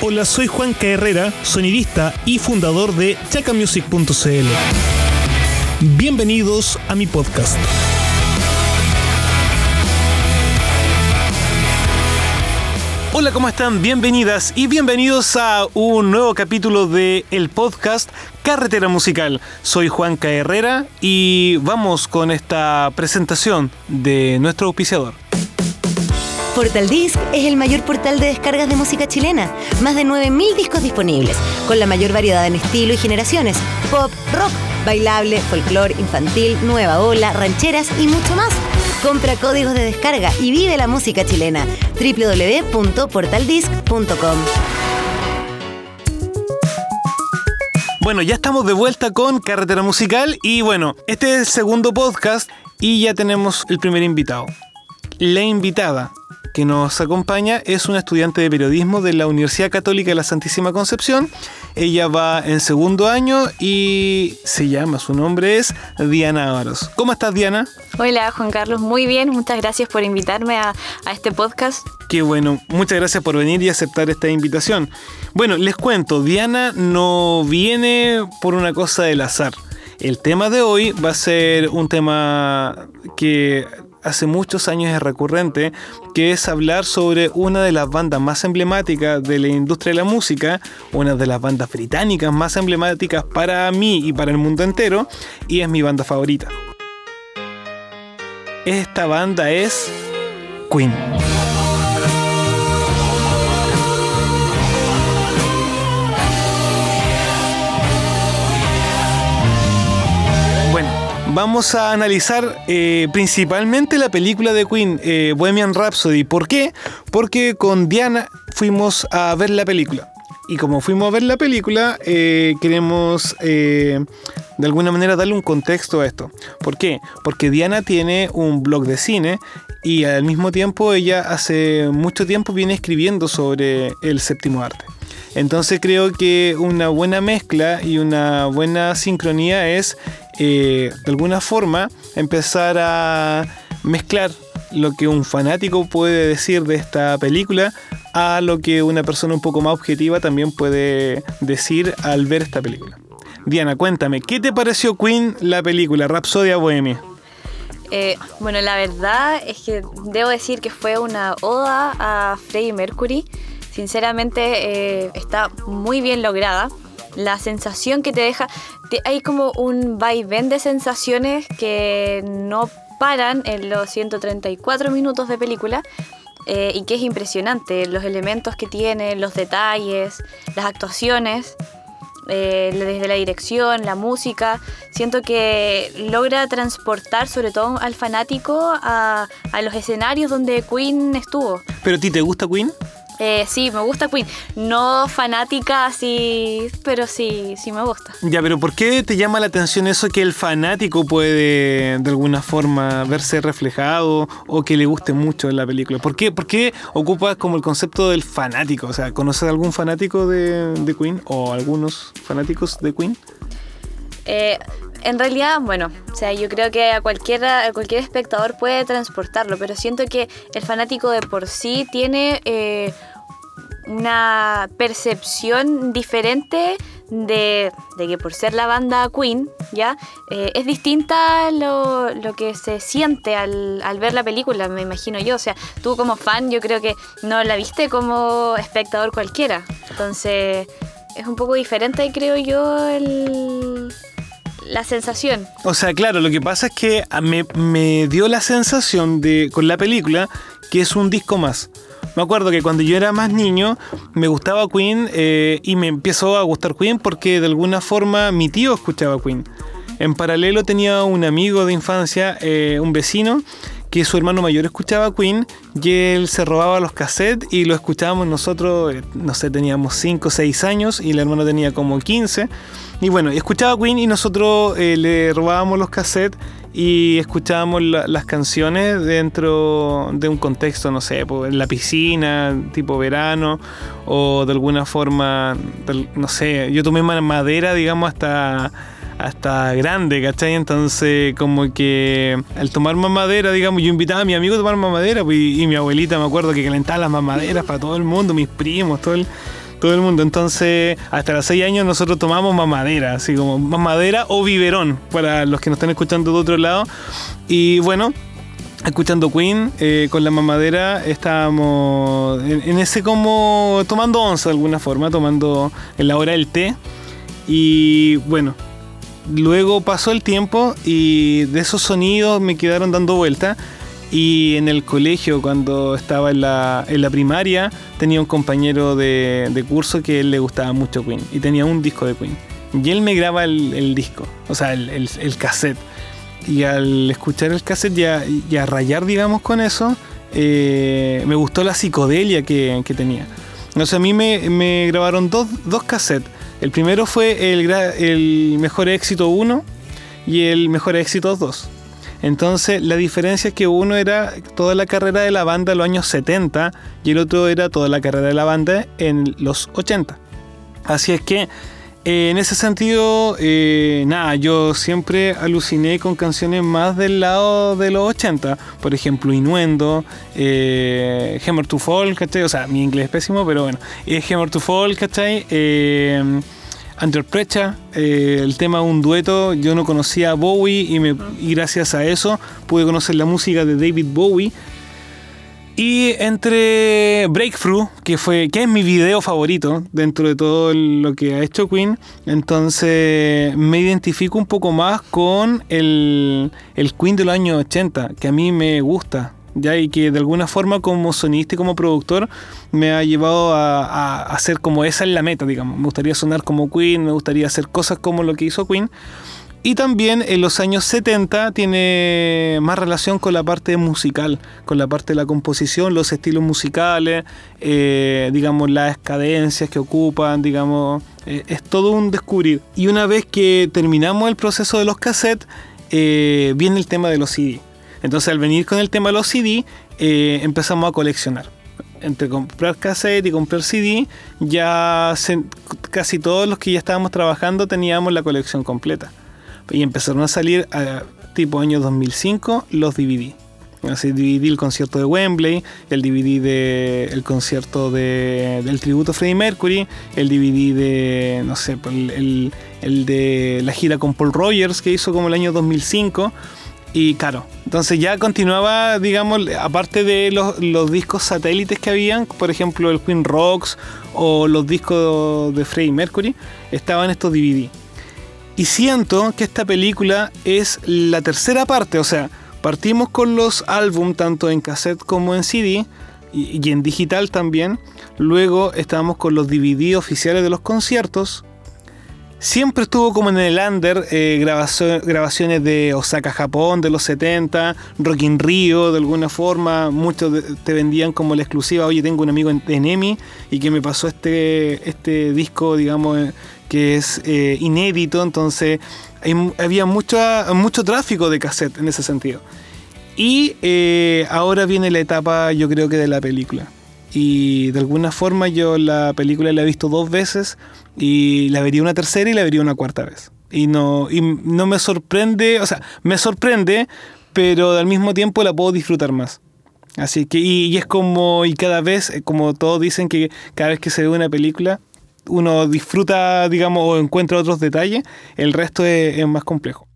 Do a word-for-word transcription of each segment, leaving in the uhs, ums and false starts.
Hola, soy Juan K. Herrera, sonidista y fundador de chaca music punto c l. Bienvenidos a mi podcast. Hola, ¿cómo están? Bienvenidas y bienvenidos a un nuevo capítulo de el podcast Carretera Musical. Soy Juan K. Herrera y vamos con esta presentación de nuestro auspiciador. Portal Disc es el mayor portal de descargas de música chilena. Más de nueve mil discos disponibles, con la mayor variedad en estilo y generaciones: pop, rock, bailable, folclore, infantil, nueva ola, rancheras y mucho más. Compra códigos de descarga y vive la música chilena. doble u doble u doble u punto portal disc punto com. Bueno, ya estamos de vuelta con Carretera Musical y bueno, este es el segundo podcast y ya tenemos el primer invitado. La invitada que nos acompaña es una estudiante de periodismo de la Universidad Católica de la Santísima Concepción. Ella va en segundo año y se llama, su nombre es Diana Ávaros. ¿Cómo estás, Diana? Hola, Juan Carlos, muy bien, muchas gracias por invitarme a, a este podcast. Qué bueno, muchas gracias por venir y aceptar esta invitación. Bueno, les cuento, Diana no viene por una cosa del azar. El tema de hoy va a ser un tema que hace muchos años es recurrente, que es hablar sobre una de las bandas más emblemáticas de la industria de la música, una de las bandas británicas más emblemáticas para mí y para el mundo entero, y es mi banda favorita. Esta banda es Queen. Vamos a analizar eh, principalmente la película de Queen, eh, Bohemian Rhapsody. ¿Por qué? Porque con Diana fuimos a ver la película. Y como fuimos a ver la película, eh, queremos eh, de alguna manera darle un contexto a esto. ¿Por qué? Porque Diana tiene un blog de cine y al mismo tiempo ella hace mucho tiempo viene escribiendo sobre el séptimo arte. Entonces creo que una buena mezcla y una buena sincronía es eh, de alguna forma empezar a mezclar lo que un fanático puede decir de esta película a lo que una persona un poco más objetiva también puede decir al ver esta película. Diana, cuéntame, ¿qué te pareció Queen, la película Rapsodia Bohemia? Eh, bueno, la verdad es que debo decir que fue una oda a Freddie Mercury. Sinceramente eh, está muy bien lograda. La sensación que te deja, te, hay como un vaivén de sensaciones que no paran en los ciento treinta y cuatro minutos de película eh, y que es impresionante. Los elementos que tiene, los detalles, las actuaciones, eh, desde la dirección, la música. Siento que logra transportar sobre todo al fanático a, a los escenarios donde Queen estuvo. ¿Pero a ti te gusta Queen? Eh, sí, me gusta Queen. No fanática así, pero sí, sí me gusta. Ya, pero ¿por qué te llama la atención eso que el fanático puede de alguna forma verse reflejado o que le guste mucho en la película? ¿Por qué, por qué ocupas como el concepto del fanático? O sea, ¿conoces algún fanático de, de Queen o algunos fanáticos de Queen? Eh, en realidad, bueno, o sea, yo creo que a cualquiera, a cualquier espectador puede transportarlo, pero siento que el fanático de por sí tiene eh, una percepción diferente de, de que por ser la banda Queen, ¿ya? Eh, es distinta lo, lo que se siente al, al ver la película, me imagino yo. O sea, tú como fan, yo creo que no la viste como espectador cualquiera. Entonces, es un poco diferente, creo yo, el... la sensación. O sea, claro, lo que pasa es que me, me dio la sensación de con la película que es un disco más. Me acuerdo que cuando yo era más niño me gustaba Queen eh, y me empezó a gustar Queen porque de alguna forma mi tío escuchaba Queen. En paralelo tenía un amigo de infancia, eh, un vecino, que su hermano mayor escuchaba Queen y él se robaba los cassettes y lo escuchábamos nosotros, eh, no sé, teníamos cinco o seis años y el hermano tenía como quince. Y bueno, escuchaba Queen y nosotros eh, le robábamos los cassettes y escuchábamos la, las canciones dentro de un contexto, no sé, pues, en la piscina, tipo verano, o de alguna forma, no sé, yo tomé madera, digamos, hasta... hasta grande, ¿cachai? Entonces como que al tomar más madera, digamos, yo invitaba a mi amigo a tomar más madera, pues, y, y mi abuelita me acuerdo que calentaba las mamaderas para todo el mundo, mis primos, todo el, todo el mundo. Entonces, hasta los seis años nosotros tomamos mamadera, así como mamadera o biberón, para los que nos están escuchando de otro lado. Y bueno, escuchando Queen, eh, con la mamadera estábamos en, en ese como tomando onza de alguna forma, tomando en la hora del té. Y bueno, luego pasó el tiempo y de esos sonidos me quedaron dando vueltas. Y en el colegio, cuando estaba en la, en la primaria, tenía un compañero de, de curso que a él le gustaba mucho Queen y tenía un disco de Queen. Y él me graba el, el disco, o sea, el, el, el cassette. Y al escuchar el cassette y a, y a rayar, digamos, con eso, eh, me gustó la psicodelia que, que tenía. O sea, a mí me, me grabaron dos, dos cassettes. El primero fue el, el Mejor Éxito uno y el Mejor Éxito dos. Entonces la diferencia es que uno era toda la carrera de la banda en los años setenta y el otro era toda la carrera de la banda en los ochenta. Así es que eh, en ese sentido, eh, nada, yo siempre aluciné con canciones más del lado de los ochenta. Por ejemplo, Innuendo, eh, Hammer to Fall, ¿cachai? O sea, mi inglés es pésimo, pero bueno, eh, Hammer to Fall, ¿cachai? Eh, Under Pressure, eh, el tema Un Dueto. Yo no conocía a Bowie y, me, y gracias a eso pude conocer la música de David Bowie. Y entre Breakthrough, que fue que es mi video favorito dentro de todo lo que ha hecho Queen, entonces me identifico un poco más con el, el Queen de los años ochenta, que a mí me gusta, ya, y que de alguna forma como sonista y como productor me ha llevado a, a, a hacer como esa es la meta, digamos. Me gustaría sonar como Queen, me gustaría hacer cosas como lo que hizo Queen. Y también en los años setenta tiene más relación con la parte musical, con la parte de la composición, los estilos musicales, eh, digamos, las cadencias que ocupan, digamos, eh, es todo un descubrir. Y una vez que terminamos el proceso de los cassettes, eh, viene el tema de los C D. Entonces, al venir con el tema de los C D, eh, empezamos a coleccionar. Entre comprar cassette y comprar C D, ya se, casi todos los que ya estábamos trabajando teníamos la colección completa. Y empezaron a salir, a, tipo año dos mil cinco, los D V D. Así, D V D el concierto de Wembley, el D V D de, el concierto de, del tributo a Freddie Mercury, el D V D de, no sé, el, el, el de la gira con Paul Rogers que hizo como el año dos mil cinco. Y claro, entonces ya continuaba, digamos, aparte de los, los discos satélites que habían, por ejemplo el Queen Rocks o los discos de Freddie Mercury, estaban estos D V D. Y siento que esta película es la tercera parte, o sea, partimos con los álbumes tanto en cassette como en C D y, y en digital también. Luego estábamos con los D V D oficiales de los conciertos. Siempre estuvo como en el under, eh, grabación, grabaciones de Osaka, Japón, de los setenta, Rock in Rio, de alguna forma. Muchos de, te vendían como la exclusiva. Oye, tengo un amigo en, en EMI y que me pasó este, este disco, digamos, eh, que es eh, inédito. Entonces hay, había mucho, mucho tráfico de cassette en ese sentido. Y eh, ahora viene la etapa, yo creo que de la película. Y de alguna forma yo la película la he visto dos veces y la vería una tercera y la vería una cuarta vez. Y no, y no me sorprende, o sea, me sorprende, pero al mismo tiempo la puedo disfrutar más. Así que, y, y es como, y cada vez, como todos dicen que cada vez que se ve una película, uno disfruta, digamos, o encuentra otros detalles, el resto es, es más complejo.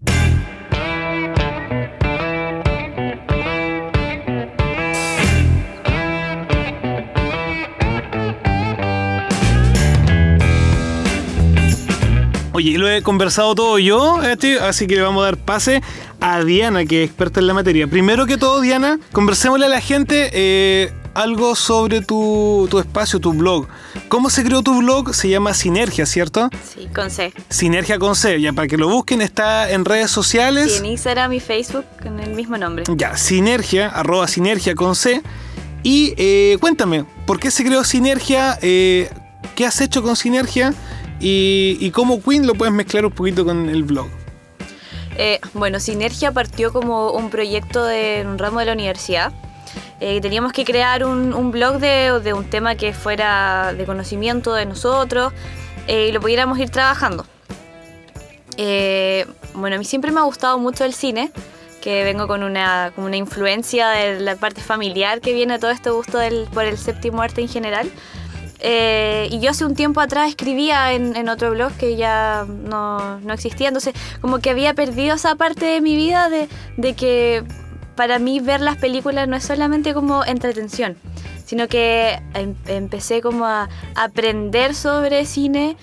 Oye, lo he conversado todo yo, este, así que le vamos a dar pase a Diana, que es experta en la materia. Primero que todo, Diana, conversémosle a la gente eh, algo sobre tu, tu espacio, tu blog. ¿Cómo se creó tu blog? Se llama Sinergia, ¿cierto? Sí, con C. Sinergia con C, ya para que lo busquen, está en redes sociales. Sí, en Instagram y Facebook con el mismo nombre. Ya, Sinergia, arroba Sinergia con C. Y eh, cuéntame, ¿por qué se creó Sinergia? Eh, ¿Qué has hecho con Sinergia? Y, y cómo Queen lo puedes mezclar un poquito con el blog. Eh, bueno, Sinergia partió como un proyecto de un ramo de la universidad. Eh, teníamos que crear un, un blog de, de un tema que fuera de conocimiento de nosotros eh, y lo pudiéramos ir trabajando. Eh, bueno, a mí siempre me ha gustado mucho el cine, que vengo con una, con una influencia de la parte familiar que viene todo este gusto del, por el séptimo arte en general. Eh, y yo hace un tiempo atrás escribía en, en otro blog que ya no, no existía, entonces como que había perdido esa parte de mi vida de, de que para mí ver las películas no es solamente como entretención, sino que em, empecé como a aprender sobre cine.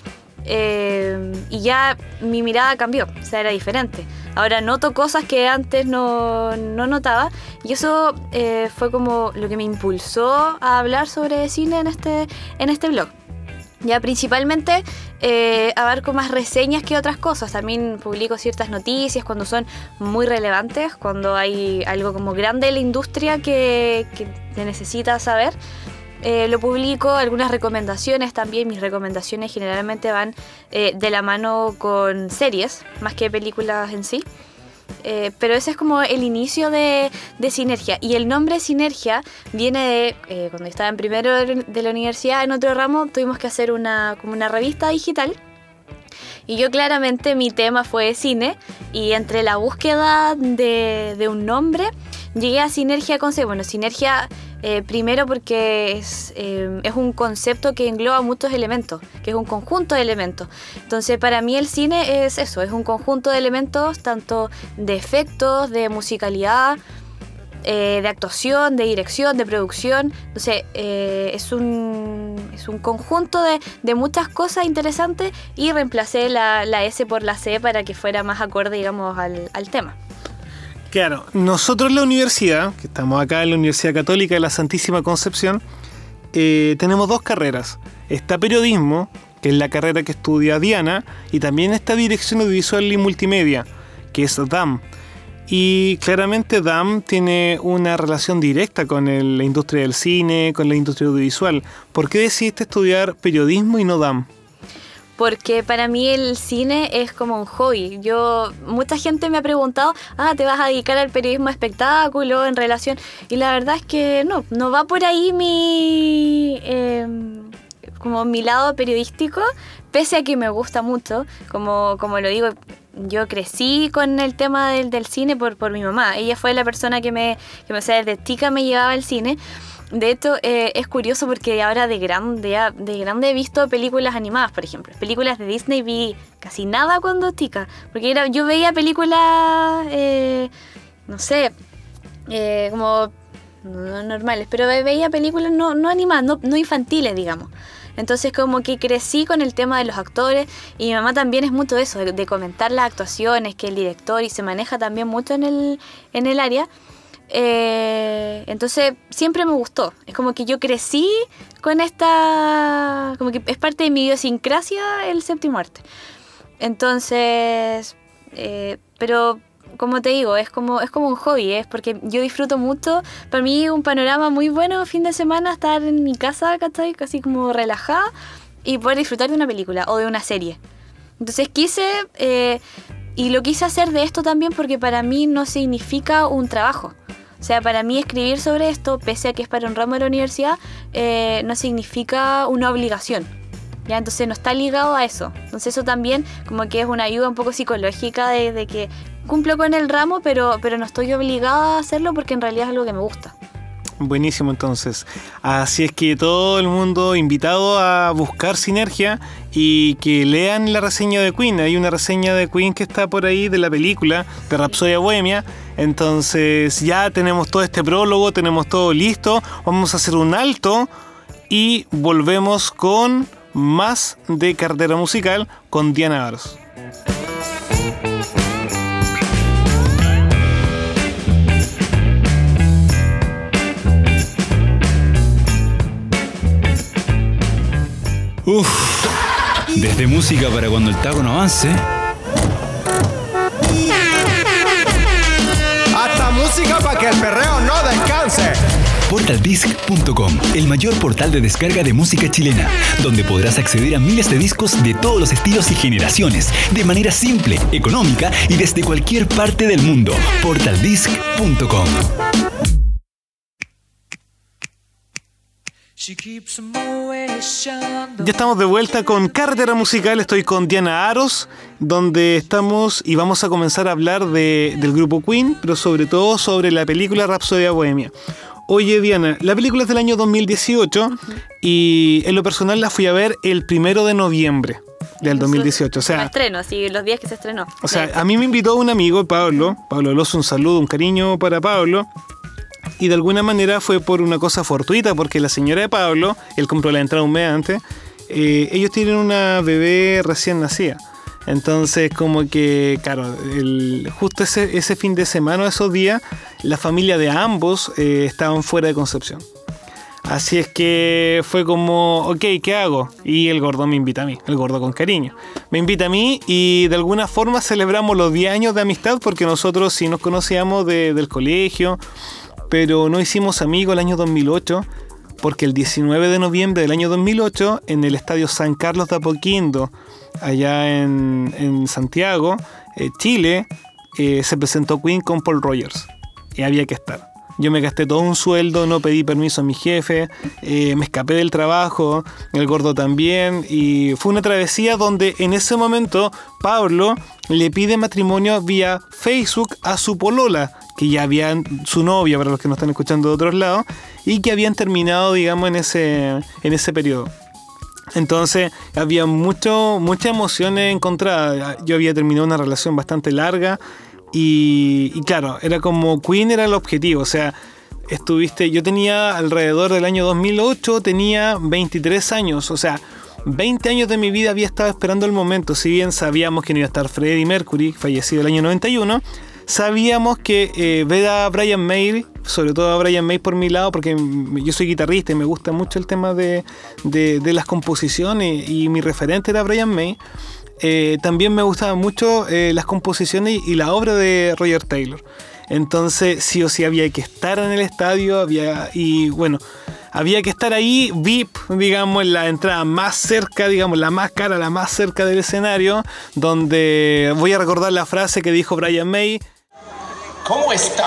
Eh, y ya mi mirada cambió, o sea, era diferente. Ahora noto cosas que antes no, no notaba, y eso eh, fue como lo que me impulsó a hablar sobre cine en este, en este blog. Ya principalmente eh, abarco más reseñas que otras cosas. También publico ciertas noticias cuando son muy relevantes, cuando hay algo como grande en la industria que, que se necesita saber. Eh, lo publico, algunas recomendaciones también. Mis recomendaciones generalmente van eh, de la mano con series, más que películas en sí. Eh, pero ese es como el inicio de, de Sinergia. Y el nombre Sinergia viene de, eh, cuando estaba en primero de la universidad, en otro ramo, tuvimos que hacer una, como una revista digital. Y yo claramente mi tema fue cine, y entre la búsqueda de, de un nombre, llegué a Sinergia con C. Bueno, Sinergia eh, primero porque es, eh, es un concepto que engloba muchos elementos, que es un conjunto de elementos. Entonces para mí el cine es eso, es un conjunto de elementos tanto de efectos, de musicalidad, eh, de actuación, de dirección, de producción. Entonces eh, es, un, es un conjunto de, de muchas cosas interesantes, y reemplacé la, la S por la C para que fuera más acorde, digamos, al, al tema. Claro, nosotros en la universidad, que estamos acá en la Universidad Católica de la Santísima Concepción, eh, tenemos dos carreras. Está periodismo, que es la carrera que estudia Diana, y también está dirección audiovisual y multimedia, que es D A M. Y claramente D A M tiene una relación directa con el, la industria del cine, con la industria audiovisual. ¿Por qué decidiste estudiar periodismo y no D A M? Porque para mí el cine es como un hobby. Yo, mucha gente me ha preguntado, ah, ¿te vas a dedicar al periodismo de espectáculo en relación? Y la verdad es que no, no va por ahí mi, eh, como mi lado periodístico, pese a que me gusta mucho. Como, como lo digo, yo crecí con el tema del, del cine por, por mi mamá. Ella fue la persona que me, que me, o sea, desde chica me llevaba al cine. De hecho, eh, es curioso porque ahora de grande, de grande he visto películas animadas, por ejemplo. Películas de Disney vi casi nada cuando chica. Porque era, yo veía películas, eh, no sé, eh, como no normales, pero veía películas no, no animadas, no, no infantiles, digamos. Entonces como que crecí con el tema de los actores, y mi mamá también es mucho de eso, de, de comentar las actuaciones, que el director, y se maneja también mucho en el, en el área. Eh, entonces siempre me gustó. Es como que yo crecí con esta, como que es parte de mi idiosincrasia el séptimo arte. Entonces eh, pero como te digo, es como, es como un hobby, es porque yo disfruto mucho. Para mí un panorama muy bueno fin de semana, estar en mi casa, ¿cachai? Casi como relajada, y poder disfrutar de una película o de una serie. Entonces quise eh, y lo quise hacer de esto también porque para mí no significa un trabajo. O sea, para mí escribir sobre esto, pese a que es para un ramo de la universidad, eh, no significa una obligación. ¿Ya? Entonces no está ligado a eso. Entonces eso también como que es una ayuda un poco psicológica de, de que cumplo con el ramo, pero, pero no estoy obligada a hacerlo porque en realidad es algo que me gusta. Buenísimo, entonces. Así es que todo el mundo invitado a buscar Sinergia y que lean la reseña de Queen. Hay una reseña de Queen que está por ahí de la película de Rapsodia Bohemia. Entonces ya tenemos todo este prólogo, tenemos todo listo. Vamos a hacer un alto y volvemos con más de Cartera Musical con Diana Aros. Uff, desde música para cuando el taco no avance, hasta música para que el perreo no descanse. Portal Disc punto com, el mayor portal de descarga de música chilena, donde podrás acceder a miles de discos de todos los estilos y generaciones, de manera simple, económica y desde cualquier parte del mundo. Portal Disc punto com. Ya estamos de vuelta con Cartera Musical. Estoy con Diana Aros, donde estamos y vamos a comenzar a hablar de, del grupo Queen, pero sobre todo sobre la película Rapsodia Bohemia. Oye, Diana, la película es del año dos mil dieciocho uh-huh. y en lo personal la fui a ver el primero de noviembre del dos mil dieciocho. O sea, estreno, así los días que se estrenó. O sea, a mí me invitó un amigo, Pablo, Pablo Alonso, un saludo, un cariño para Pablo. Y de alguna manera fue por una cosa fortuita, porque la señora de Pablo, él compró la entrada un mes antes, eh, ellos tienen una bebé recién nacida. Entonces, como que, claro, el, justo ese, ese fin de semana, esos días, la familia de ambos eh, estaban fuera de Concepción. Así es que fue como, ok, ¿qué hago? Y el gordo me invita a mí, el gordo con cariño. Me invita a mí y de alguna forma celebramos los diez años de amistad, porque nosotros sí nos conocíamos de, del colegio, pero no hicimos amigos el año dos mil ocho, porque el diecinueve de noviembre del año dos mil ocho, en el estadio San Carlos de Apoquindo, allá en, en Santiago, eh, Chile, eh, se presentó Queen con Paul Rogers y había que estar. Yo me gasté todo un sueldo, no pedí permiso a mi jefe, eh, me escapé del trabajo, el gordo también, y fue una travesía donde en ese momento Pablo le pide matrimonio vía Facebook a su polola, que ya habían, su novia, para los que nos están escuchando de otros lados, y que habían terminado, digamos, en ese, en ese periodo. Entonces había mucho, muchas emociones encontradas. Yo había terminado una relación bastante larga y, y claro, era como Queen era el objetivo. O sea, estuviste, yo tenía alrededor del año dos mil ocho, tenía veintitrés años, o sea, veinte años de mi vida había estado esperando el momento. Si bien sabíamos que no iba a estar Freddie Mercury, fallecido el año noventa y uno, sabíamos que eh, ver a Brian May, sobre todo a Brian May por mi lado, porque yo soy guitarrista y me gusta mucho el tema de, de, de las composiciones y mi referente era Brian May, eh, también me gustaban mucho eh, las composiciones y, y la obra de Roger Taylor. Entonces sí o sí había que estar en el estadio, había y bueno, había que estar ahí, V I P, digamos, en la entrada más cerca, digamos, la más cara, la más cerca del escenario, donde voy a recordar la frase que dijo Brian May. ¿Cómo está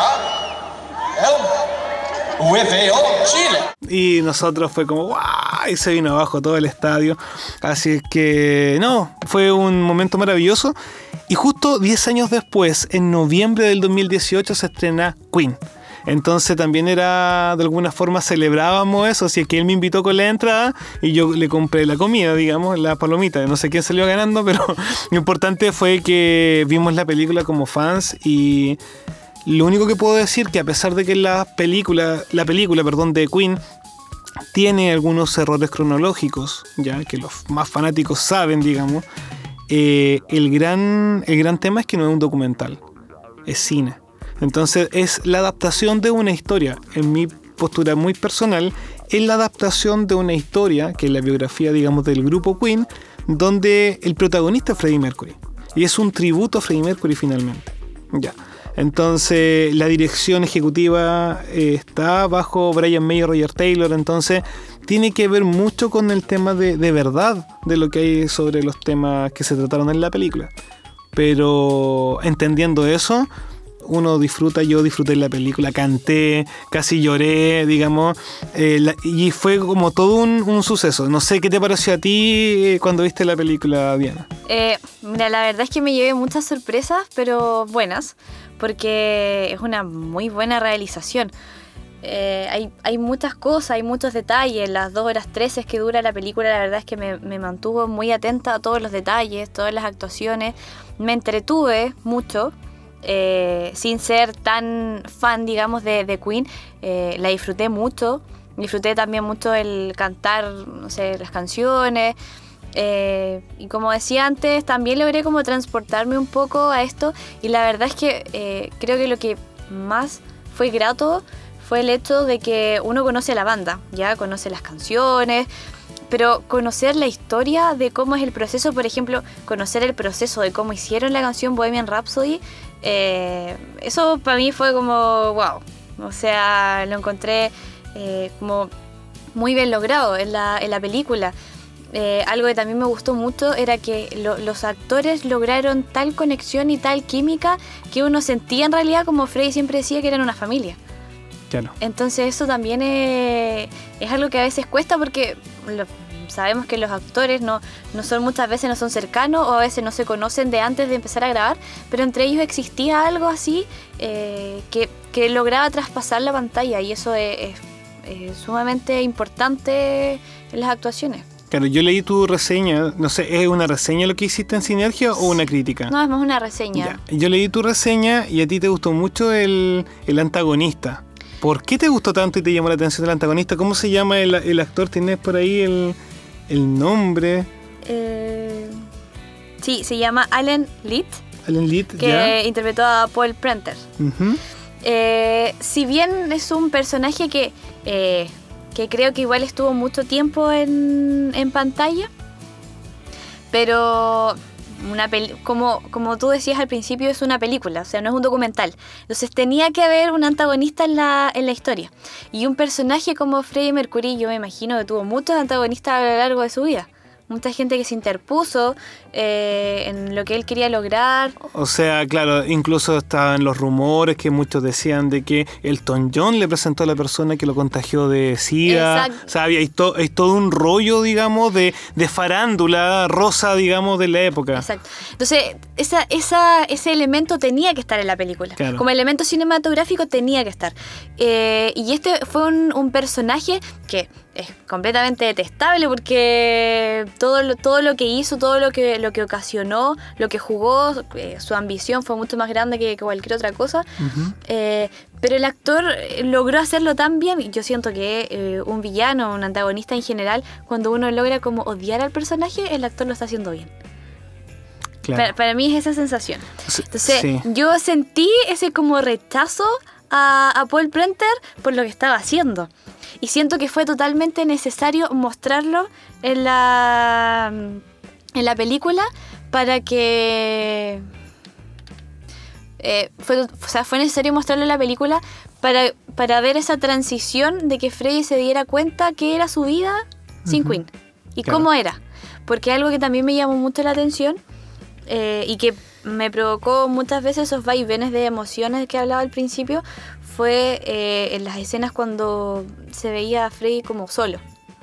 el V V O Chile? Y nosotros fue como ¡guau! Y se vino abajo todo el estadio. Así es que no, fue un momento maravilloso. Y justo diez años después, en noviembre del dos mil dieciocho, se estrena Queen. Entonces también era, de alguna forma celebrábamos eso, así que él me invitó con la entrada y yo le compré la comida, digamos, la palomita. No sé quién salió ganando, pero lo importante fue que vimos la película como fans y lo único que puedo decir que a pesar de que la película, la película, perdón, de Queen tiene algunos errores cronológicos, ya que los más fanáticos saben, digamos, eh, el gran, el gran tema es que no es un documental, es cine. Entonces es la adaptación de una historia. En mi postura muy personal, es la adaptación de una historia, que es la biografía, digamos, del grupo Queen, donde el protagonista es Freddie Mercury. Y es un tributo a Freddie Mercury finalmente. Ya. Entonces la dirección ejecutiva eh, está bajo Brian May y Roger Taylor. Entonces tiene que ver mucho con el tema de, de verdad de lo que hay sobre los temas que se trataron en la película. Pero entendiendo eso, uno disfruta, yo disfruté la película, canté, casi lloré, digamos, eh, la, y fue como todo un, un suceso. No sé qué te pareció a ti cuando viste la película, Diana. Eh, mira, la verdad es que me llevé muchas sorpresas, pero buenas, porque es una muy buena realización. Eh, hay, hay muchas cosas, hay muchos detalles. Las dos horas trece que dura la película, la verdad es que me, me mantuvo muy atenta a todos los detalles, todas las actuaciones. Me entretuve mucho. Eh, sin ser tan fan, digamos, de, de Queen, eh, la disfruté mucho. Disfruté también mucho el cantar, no sé, las canciones. Eh, y como decía antes, también logré como transportarme un poco a esto. Y la verdad es que eh, creo que lo que más fue grato fue el hecho de que uno conoce a la banda, ya conoce las canciones, pero conocer la historia de cómo es el proceso, por ejemplo, conocer el proceso de cómo hicieron la canción Bohemian Rhapsody, eh, eso para mí fue como wow. O sea, lo encontré eh, como muy bien logrado en la, en la película. Eh, algo que también me gustó mucho era que lo, los actores lograron tal conexión y tal química que uno sentía en realidad, como Freddie siempre decía, que eran una familia. Claro. Entonces eso también es, es algo que a veces cuesta porque lo, sabemos que los actores no, no son muchas veces no son cercanos o a veces no se conocen de antes de empezar a grabar, pero entre ellos existía algo así eh, que, que lograba traspasar la pantalla y eso es, es, es sumamente importante en las actuaciones. Claro, yo leí tu reseña, no sé, ¿es una reseña lo que hiciste en Sinergia o una crítica? No, es más una reseña. Ya. Yo leí tu reseña y a ti te gustó mucho el, el antagonista. ¿Por qué te gustó tanto y te llamó la atención el antagonista? ¿Cómo se llama el, el actor? ¿Tienes por ahí el, el nombre? Eh, sí, se llama Alan Litt. Alan Litt, que ya. interpretó a Paul Prenter. Uh-huh. Eh, si bien es un personaje que, eh, que creo que igual estuvo mucho tiempo en, en pantalla, pero una peli- como, como tú decías al principio, es una película, o sea, no es un documental. Entonces tenía que haber un antagonista en la, en la historia. Y un personaje como Freddie Mercury, yo me imagino que tuvo muchos antagonistas a lo largo de su vida. Mucha gente que se interpuso eh, en lo que él quería lograr. O sea, claro, incluso estaban los rumores que muchos decían de que Elton John le presentó a la persona que lo contagió de SIDA. Exacto. O sea, había, hay, to, hay todo un rollo, digamos, de, de farándula rosa, digamos, de la época. Exacto. Entonces, esa, esa, ese elemento tenía que estar en la película. Claro. Como elemento cinematográfico tenía que estar. Eh, y este fue un, un personaje que es completamente detestable porque todo lo, todo lo que hizo, todo lo que, lo que ocasionó, lo que jugó, eh, su ambición fue mucho más grande que, que cualquier otra cosa. Uh-huh. Eh, pero el actor logró hacerlo tan bien. Yo siento que eh, un villano, un antagonista en general, cuando uno logra como odiar al personaje, el actor lo está haciendo bien. Claro. Para, para mí es esa sensación. Entonces, Sí. yo sentí ese como rechazo a, a Paul Prenter por lo que estaba haciendo. Y siento que fue totalmente necesario mostrarlo en la, en la película para que... Eh, fue, o sea, fue necesario mostrarlo en la película para, para ver esa transición de que Freddie se diera cuenta que era su vida sin Uh-huh. Queen. Y Claro. cómo era. Porque algo que también me llamó mucho la atención eh, y que me provocó muchas veces esos vaivenes de emociones que hablaba al principio fue eh, en las escenas cuando se veía a Freddie como solo.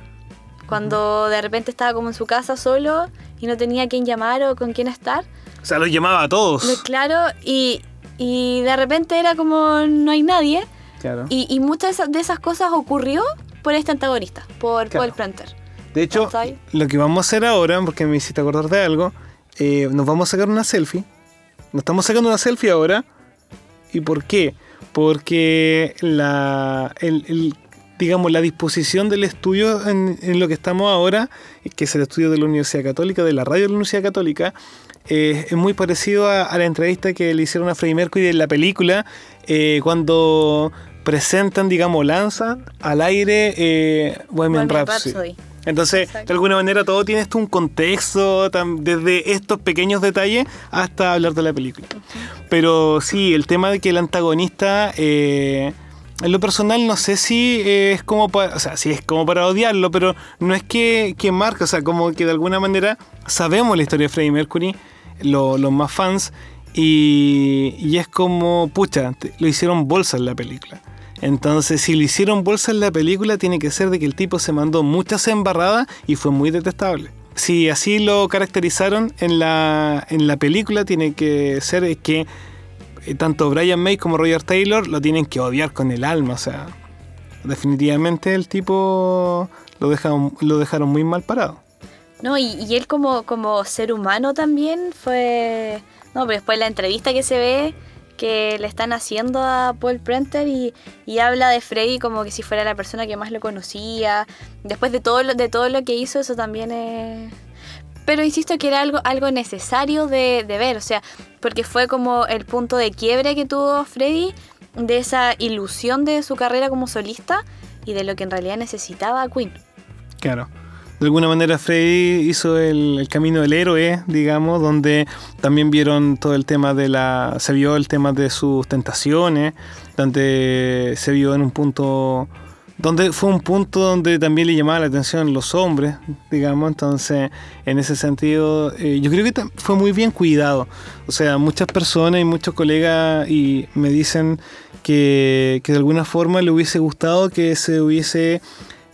Cuando de repente estaba como en su casa solo y no tenía a quién llamar o con quién estar. O sea, los llamaba a todos. Lo- Claro, y, y de repente era como no hay nadie. Claro. Y, y muchas de esas- de esas cosas ocurrió por este antagonista, por Claro. Paul Prenter. De hecho, ¿Cachai? lo que vamos a hacer ahora, porque me hiciste acordar de algo, eh, nos vamos a sacar una selfie. Nos estamos sacando una selfie ahora. ¿Y por qué? Porque la, el, el, digamos, la disposición del estudio en, en lo que estamos ahora, que es el estudio de la Universidad Católica, de la radio de la Universidad Católica, eh, es muy parecido a, a la entrevista que le hicieron a Freddie Mercury en la película, eh, cuando presentan, digamos, lanzan al aire eh, Bohemian Bohemian Rhapsody. Rhapsody. Entonces, Exacto. de alguna manera, todo tiene esto un contexto, tam- desde estos pequeños detalles hasta hablar de la película. Pero sí, el tema de que el antagonista, eh, en lo personal, no sé si es como para, o sea, sí es como para odiarlo, pero no es que, que marque, o sea, como que de alguna manera sabemos la historia de Freddie Mercury, lo- los más fans, y, y es como, pucha, te- lo hicieron bolsa en la película. Entonces, si le hicieron bolsa en la película, tiene que ser de que el tipo se mandó muchas embarradas y fue muy detestable. Si así lo caracterizaron en la, en la película, tiene que ser que eh, tanto Brian May como Roger Taylor lo tienen que odiar con el alma. O sea, definitivamente el tipo lo dejaron, lo dejaron muy mal parado. No, y, y él como, como ser humano también fue... No, pero después la entrevista que se ve que le están haciendo a Paul Prenter y, y habla de Freddie como que si fuera la persona que más lo conocía. Después de todo lo, de todo lo que hizo, eso también es... Pero insisto que era algo, algo necesario de, de ver, o sea, porque fue como el punto de quiebre que tuvo Freddie de esa ilusión de su carrera como solista y de lo que en realidad necesitaba Queen. Claro. De alguna manera Freddie hizo el, el camino del héroe, digamos, donde también vieron todo el tema de la... Se vio el tema de sus tentaciones, donde se vio en un punto... Donde fue un punto donde también le llamaba la atención los hombres, digamos. Entonces, en ese sentido, eh, yo creo que tam- fue muy bien cuidado. O sea, muchas personas y muchos colegas y me dicen que, que de alguna forma le hubiese gustado que se hubiese...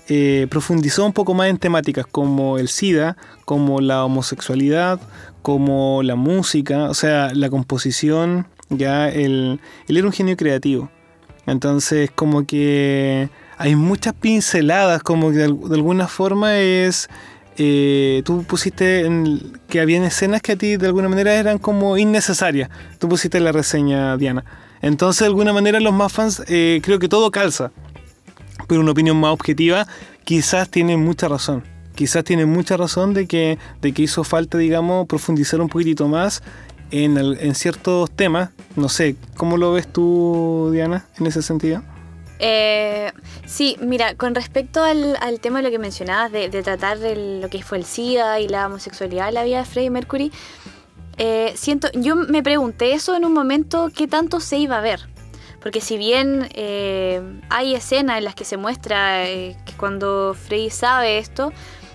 eh, profundizó un poco más en temáticas como el SIDA, como la homosexualidad, como la música, o sea, la composición. Ya él, él era un genio creativo. Entonces, como que hay muchas pinceladas, como que de, de alguna forma es... Eh, tú pusiste en, que habían escenas que a ti de alguna manera eran como innecesarias. Tú pusiste en la reseña, Diana. Entonces, de alguna manera, los más fans, eh, creo que todo calza. Pero una opinión más objetiva, quizás tiene mucha razón. Quizás tiene mucha razón de que, de que hizo falta, digamos, profundizar un poquitito más en, el, en ciertos temas. No sé, ¿cómo lo ves tú, Diana, en ese sentido? Eh, sí, mira, con respecto al, al tema de lo que mencionabas, de, de tratar el, lo que fue el SIDA y la homosexualidad en la vida de Freddie Mercury, eh, siento, yo me pregunté eso en un momento, ¿qué tanto se iba a ver? Porque si bien eh, hay escenas en las que se muestra eh, que cuando Freddie sabe esto,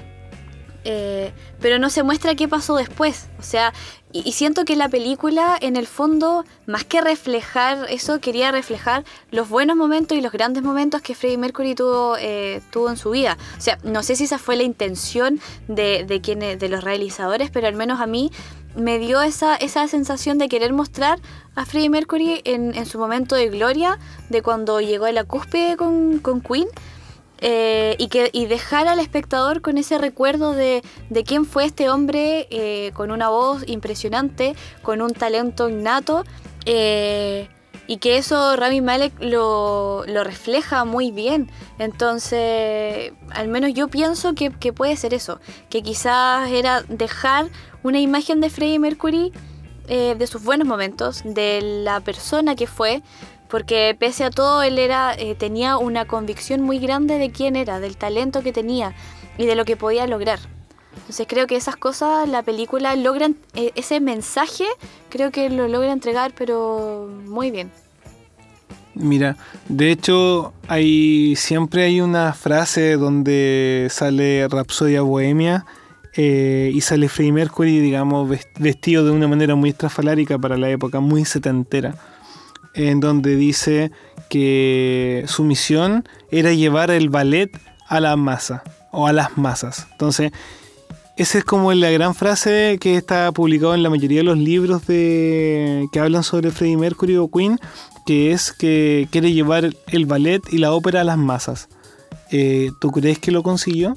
eh, pero no se muestra qué pasó después. O sea, y, y siento que la película, en el fondo, más que reflejar eso, quería reflejar los buenos momentos y los grandes momentos que Freddie Mercury tuvo, eh, tuvo en su vida. O sea, no sé si esa fue la intención de, de, quienes, de los realizadores, pero al menos a mí me dio esa, esa sensación de querer mostrar a Freddie Mercury en, en su momento de gloria, de cuando llegó a la cúspide con, con Queen. Eh, y, que, y dejar al espectador con ese recuerdo de, de quién fue este hombre, eh, con una voz impresionante, con un talento innato, eh, y que eso Rami Malek lo, lo refleja muy bien. Entonces, al menos yo pienso que, que puede ser eso, que quizás era dejar una imagen de Freddie Mercury, eh, de sus buenos momentos, de la persona que fue, porque pese a todo él era eh, tenía una convicción muy grande de quién era, del talento que tenía y de lo que podía lograr. Entonces creo que esas cosas, la película logra, eh, ese mensaje creo que lo logra entregar, pero muy bien. Mira, de hecho hay siempre hay una frase donde sale Rapsodia Bohemia eh, y sale Freddie Mercury, digamos, vestido de una manera muy estrafalaria para la época, muy setentera, en donde dice que su misión era llevar el ballet a la masa o a las masas. Entonces, esa es como la gran frase que está publicado en la mayoría de los libros de que hablan sobre Freddie Mercury o Queen, que es que quiere llevar el ballet y la ópera a las masas. Eh, ¿Tú crees que lo consiguió?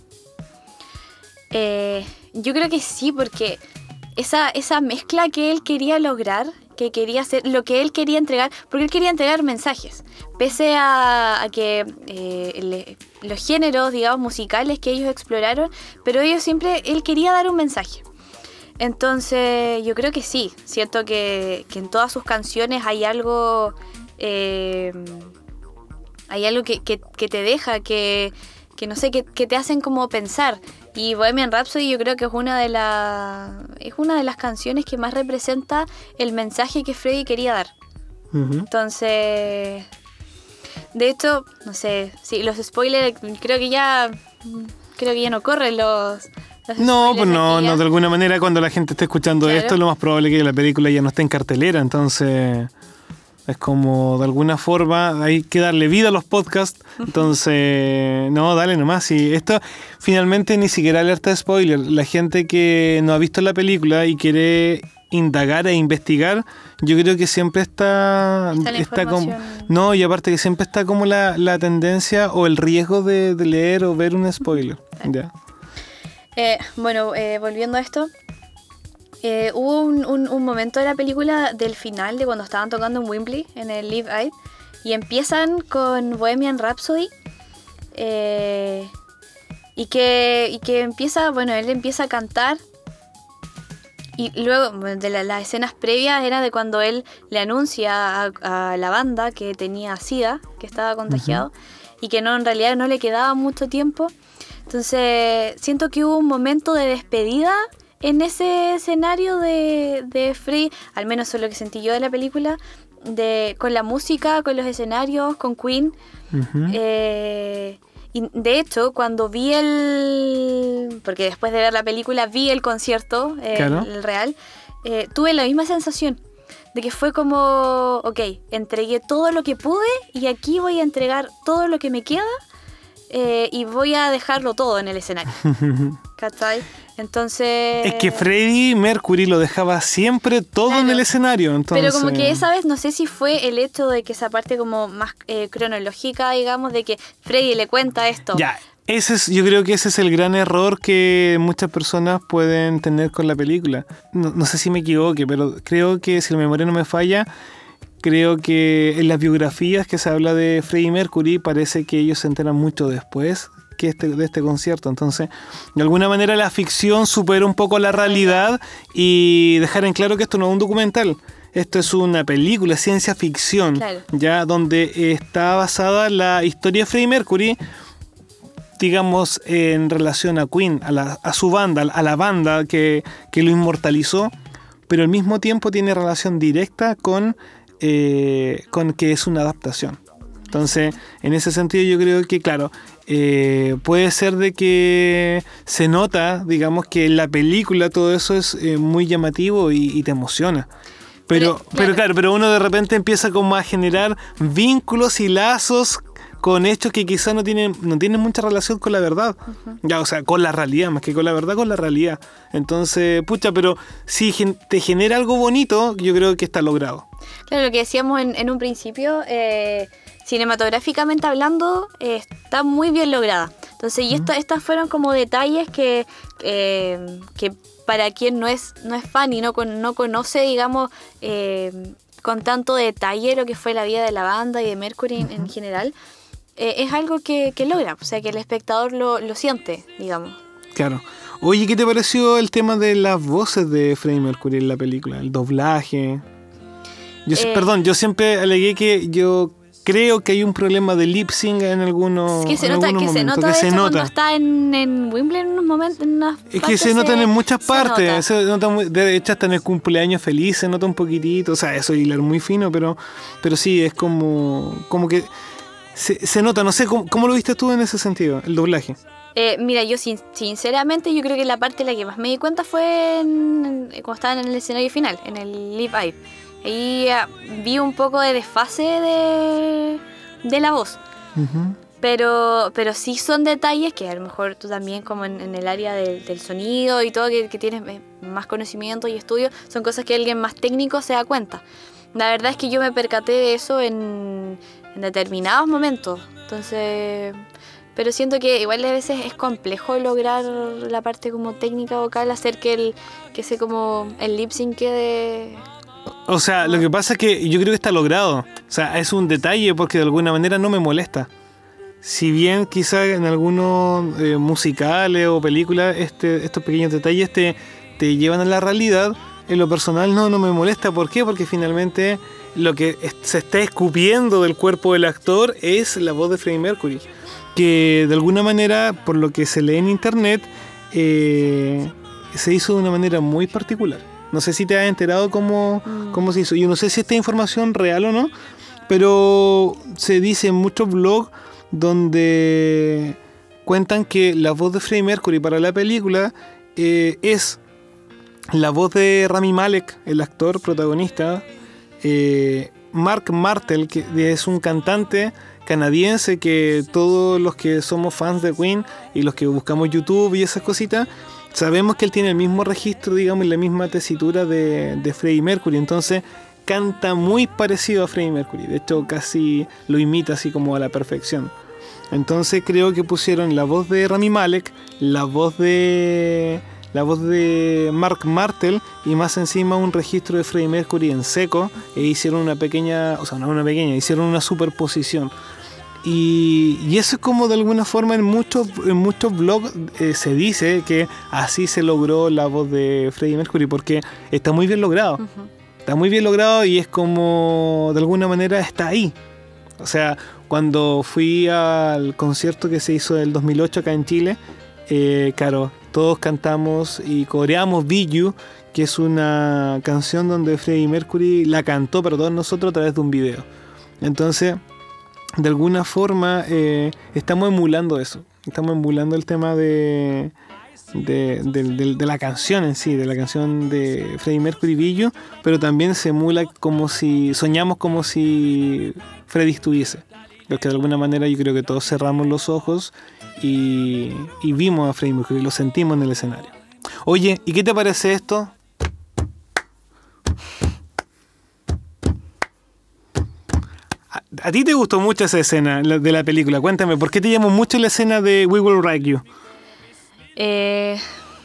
Eh, yo creo que sí, porque esa, esa mezcla que él quería lograr, que quería hacer, lo que él quería entregar, porque él quería entregar mensajes, pese a, a que eh, le, los géneros, digamos, musicales que ellos exploraron, pero ellos siempre, él quería dar un mensaje. Entonces yo creo que sí, siento que, que en todas sus canciones hay algo, eh, hay algo que, que, que te deja, que, que no sé, que, que te hacen como pensar. Y Bohemian Rhapsody yo creo que es una de las es una de las canciones que más representa el mensaje que Freddie quería dar. Uh-huh. Entonces, de hecho, no sé, sí, los spoilers creo que ya creo que ya no corren los, los No, pues no, no, de alguna manera cuando la gente esté escuchando claro. esto, lo más probable es que la película ya no esté en cartelera, entonces es como, de alguna forma, hay que darle vida a los podcasts. Entonces, no, dale nomás. Y esto, finalmente, ni siquiera alerta de spoiler. La gente que no ha visto la película y quiere indagar e investigar, yo creo que siempre está... Está, está como, no, y aparte que siempre está como la, la tendencia o el riesgo de, de leer o ver un spoiler. Ya. Eh, bueno, eh, volviendo a esto... Eh, hubo un, un, un momento de la película del final, de cuando estaban tocando en Wembley, en el Live Aid, y empiezan con Bohemian Rhapsody, eh, y, que, y que empieza, bueno, él empieza a cantar, y luego, de la, las escenas previas era de cuando él le anuncia a, a la banda que tenía SIDA, que estaba contagiado, uh-huh. y que no, en realidad no le quedaba mucho tiempo. Entonces, siento que hubo un momento de despedida en ese escenario de, de Freddie, al menos eso es lo que sentí yo de la película, de, con la música, con los escenarios, con Queen. Uh-huh. Eh, y de hecho, cuando vi el... Porque después de ver la película vi el concierto, eh, claro. el, el real, eh, tuve la misma sensación de que fue como, ok, entregué todo lo que pude y aquí voy a entregar todo lo que me queda. eh, y voy a dejarlo todo en el escenario. ¿Cachai? Entonces... Es que Freddie Mercury lo dejaba siempre todo Claro. en el escenario. Entonces... Pero como que esa vez no sé si fue el hecho de que esa parte como más eh, cronológica, digamos, de que Freddie le cuenta esto. Ya, ese es, yo creo que ese es el gran error que muchas personas pueden tener con la película. No, no sé si me equivoque, pero creo que si la memoria no me falla, creo que en las biografías que se habla de Freddie Mercury parece que ellos se enteran mucho después que este, de este concierto. Entonces, de alguna manera la ficción supera un poco la realidad y dejar en claro que esto no es un documental. Esto es una película, ciencia ficción, Claro. ya donde está basada la historia de Freddie Mercury, digamos, en relación a Queen, a, la, a su banda, a la banda que, que lo inmortalizó, pero al mismo tiempo tiene relación directa con, eh, con que es una adaptación. Entonces, en ese sentido yo creo que, claro, eh, puede ser de que se nota, digamos, que en la película todo eso es eh, muy llamativo y, y te emociona. Pero, Pero, claro. pero claro, pero uno de repente empieza como a generar vínculos y lazos con hechos que quizás no tienen, no tienen mucha relación con la verdad. Uh-huh. Ya, o sea, con la realidad, más que con la verdad, con la realidad. Entonces, pucha, pero si gen- te genera algo bonito, yo creo que está logrado. Claro, lo que decíamos en, en un principio, eh, cinematográficamente hablando, eh, está muy bien lograda. Entonces, y esto, estas fueron como detalles que, eh, que para quien no es, no es fan y no, con, no conoce, digamos, eh, con tanto detalle lo que fue la vida de la banda y de Mercury en, en general, eh, es algo que, que logra, o sea, que el espectador lo, lo siente, digamos. Claro. Oye, ¿qué te pareció el tema de las voces de Freddie Mercury en la película? El doblaje. Yo, Eh, perdón, yo siempre alegué que yo creo que hay un problema de lip sync en algunos, Es que se en nota, algunos que se momentos. nota, que de se hecho, nota. cuando está en, en Wimbledon en unos momentos, en unas Es que partes se notan en muchas se partes, nota. se nota muy- de hecho hasta en el cumpleaños feliz se nota un poquitito, o sea, eso es hilar muy fino, pero, pero sí, es como, como que se, se nota, no sé, ¿cómo, ¿cómo lo viste tú en ese sentido, el doblaje? Eh, mira, yo sin- sinceramente yo creo que la parte en la que más me di cuenta fue en, en- cuando estaban en el escenario final, en el Live Aid. Ahí ah, vi un poco de desfase de, de la voz. Uh-huh. Pero, pero sí son detalles que a lo mejor tú también, como en, en el área del, del sonido y todo, que, que tienes eh, más conocimiento y estudio, son cosas que alguien más técnico se da cuenta. La verdad es que yo me percaté de eso en, en determinados momentos. Entonces, pero siento que igual a veces es complejo lograr la parte como técnica vocal, hacer que el que ese como el lip sync quede... O sea, lo que pasa es que yo creo que está logrado, o sea, es un detalle porque de alguna manera no me molesta. Si bien quizás en algunos eh, musicales o películas este, estos pequeños detalles te, te llevan a la realidad, en lo personal no, no me molesta. ¿Por qué? Porque finalmente lo que es- se está escupiendo del cuerpo del actor es la voz de Freddie Mercury, que de alguna manera, por lo que se lee en internet, eh, se hizo de una manera muy particular. No sé si te has enterado cómo, cómo se hizo. Yo no sé si esta información real o no, pero se dice en muchos blogs donde cuentan que la voz de Freddie Mercury para la película eh, es la voz de Rami Malek, el actor protagonista, eh, Mark Martel, que es un cantante canadiense que todos los que somos fans de Queen y los que buscamos YouTube y esas cositas, sabemos que él tiene el mismo registro, digamos, y la misma tesitura de, de Freddie Mercury. Entonces canta muy parecido a Freddie Mercury. De hecho, casi lo imita así como a la perfección. Entonces creo que pusieron la voz de Rami Malek, la voz de la voz de Mark Martel y más encima un registro de Freddie Mercury en seco, e hicieron una pequeña, o sea, no una pequeña, hicieron una superposición. Y, y eso es como de alguna forma en muchos, en muchos blogs eh, se dice que así se logró la voz de Freddie Mercury, porque está muy bien logrado. Uh-huh. Está muy bien logrado y es como de alguna manera está ahí. O sea, cuando fui al concierto que se hizo el dos mil ocho acá en Chile, eh, claro, todos cantamos y coreamos Be You, que es una canción donde Freddie Mercury la cantó para todos nosotros a través de un video. Entonces, de alguna forma, eh, estamos emulando eso. Estamos emulando el tema de, de, de, de, de la canción en sí, de la canción de Freddie Mercury, Be You, pero también se emula como si, soñamos como si Freddie estuviese. porque de alguna manera yo creo que todos cerramos los ojos y, y vimos a Freddie Mercury, lo sentimos en el escenario. Oye, ¿y qué te parece esto? A, a ti te gustó mucho esa escena la, de la película. Cuéntame, ¿por qué te llamó mucho la escena de We Will Rock You? Eh,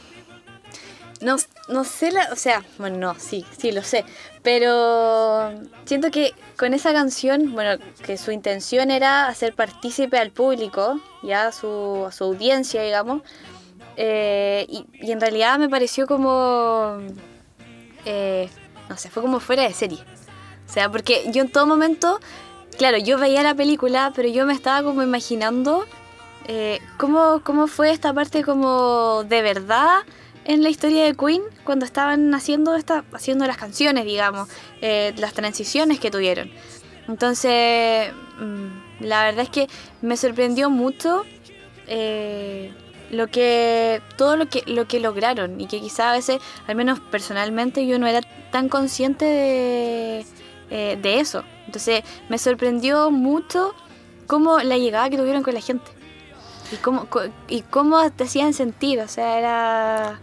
no, no sé, la, o sea, bueno, no, sí, sí, lo sé. Pero siento que con esa canción, bueno, que su intención era hacer partícipe al público, ya a su, a su audiencia, digamos. Eh, y, y en realidad me pareció como, eh, no sé, fue como fuera de serie. O sea, porque yo en todo momento, claro, yo veía la película, pero yo me estaba como imaginando eh, cómo, cómo fue esta parte como de verdad en la historia de Queen cuando estaban haciendo, esta, haciendo las canciones, digamos, eh, las transiciones que tuvieron. Entonces, mmm, la verdad es que me sorprendió mucho eh, lo que todo lo que lo que lograron, y que quizá a veces, al menos personalmente, yo no era tan consciente de, eh, de eso. Entonces me sorprendió mucho cómo la llegada que tuvieron con la gente y cómo, y cómo te hacían sentir. O sea, era,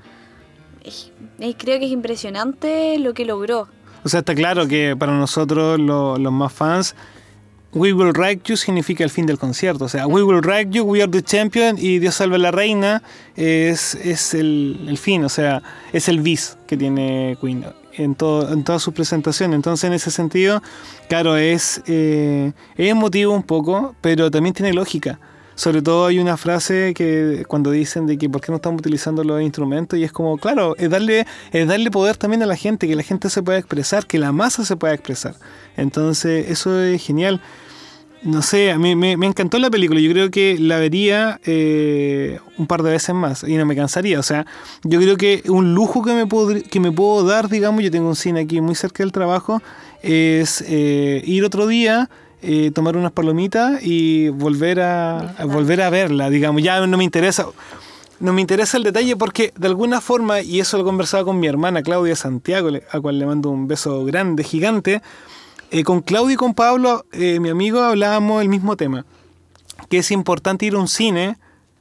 creo que es impresionante lo que logró. O sea, está claro que para nosotros lo, los más fans, We Will Rock You significa el fin del concierto. O sea, We Will Rock You, We Are the Champion y Dios salve a la reina es, es el, el fin, o sea, es el bis que tiene Queen en, todo, en todas sus presentaciones. Entonces, en ese sentido, claro, es, eh, es emotivo un poco, pero también tiene lógica. Sobre todo hay una frase que cuando dicen de que por qué no estamos utilizando los instrumentos, y es como, claro, es darle, es darle poder también a la gente, que la gente se pueda expresar, que la masa se pueda expresar. Entonces eso es genial. No sé, a mí me, me encantó la película. Yo creo que la vería eh, un par de veces más y no me cansaría. O sea, yo creo que un lujo que me puedo, que me puedo dar, digamos, yo tengo un cine aquí muy cerca del trabajo, es eh, ir otro día, Eh, tomar unas palomitas y volver a, a volver a verla, digamos. Ya no me interesa no me interesa el detalle, porque de alguna forma, y eso lo conversaba con mi hermana Claudia Santiago, a cual le mando un beso grande, gigante, eh, con Claudio y con Pablo, eh, mi amigo, hablábamos el mismo tema, que es importante ir a un cine